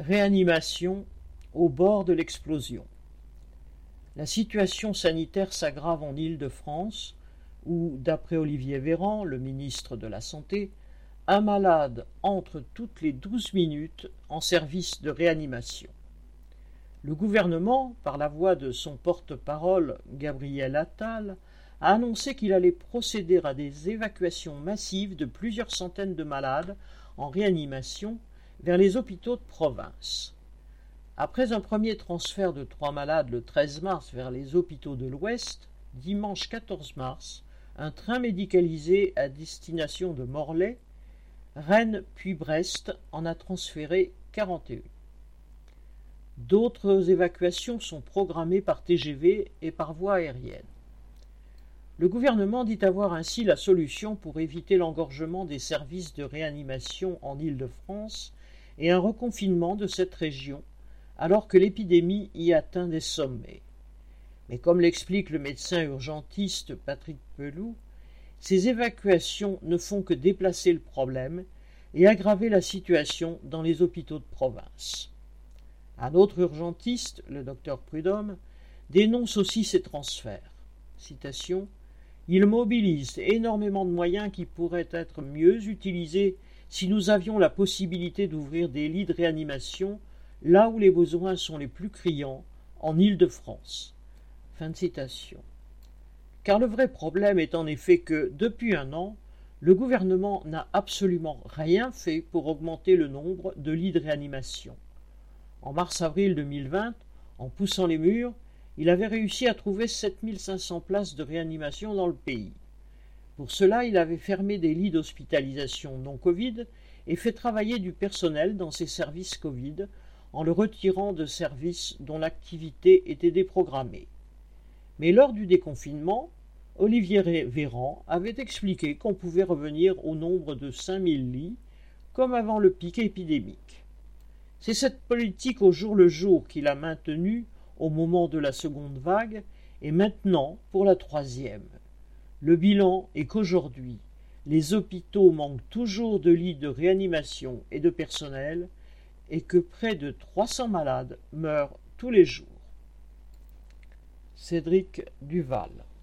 Réanimation au bord de l'explosion. La situation sanitaire s'aggrave en Île-de-France, où, d'après Olivier Véran, le ministre de la Santé, un malade entre toutes les 12 minutes en service de réanimation. Le gouvernement, par la voix de son porte-parole Gabriel Attal, a annoncé qu'il allait procéder à des évacuations massives de plusieurs centaines de malades en réanimation vers les hôpitaux de province. Après un premier transfert de 3 malades le 13 mars vers les hôpitaux de l'Ouest, dimanche 14 mars, un train médicalisé à destination de Morlaix, Rennes puis Brest en a transféré 41. D'autres évacuations sont programmées par TGV et par voie aérienne. Le gouvernement dit avoir ainsi la solution pour éviter l'engorgement des services de réanimation en Île-de-France et un reconfinement de cette région, alors que l'épidémie y atteint des sommets. Mais comme l'explique le médecin urgentiste Patrick Pelloux, ces évacuations ne font que déplacer le problème et aggraver la situation dans les hôpitaux de province. Un autre urgentiste, le docteur Prudhomme, dénonce aussi ces transferts. Citation : « Il mobilise énormément de moyens qui pourraient être mieux utilisés si nous avions la possibilité d'ouvrir des lits de réanimation là où les besoins sont les plus criants, en Île-de-France. » Fin de citation. Car le vrai problème est en effet que, depuis un an, le gouvernement n'a absolument rien fait pour augmenter le nombre de lits de réanimation. En mars-avril 2020, en poussant les murs, il avait réussi à trouver 7500 places de réanimation dans le pays. Pour cela, il avait fermé des lits d'hospitalisation non Covid et fait travailler du personnel dans ses services Covid en le retirant de services dont l'activité était déprogrammée. Mais lors du déconfinement, Olivier Véran avait expliqué qu'on pouvait revenir au nombre de 5000 lits, comme avant le pic épidémique. C'est cette politique au jour le jour qu'il a maintenue au moment de la seconde vague et maintenant pour la troisième. Le bilan est qu'aujourd'hui, les hôpitaux manquent toujours de lits de réanimation et de personnel et que près de 300 malades meurent tous les jours. Cédric Duval.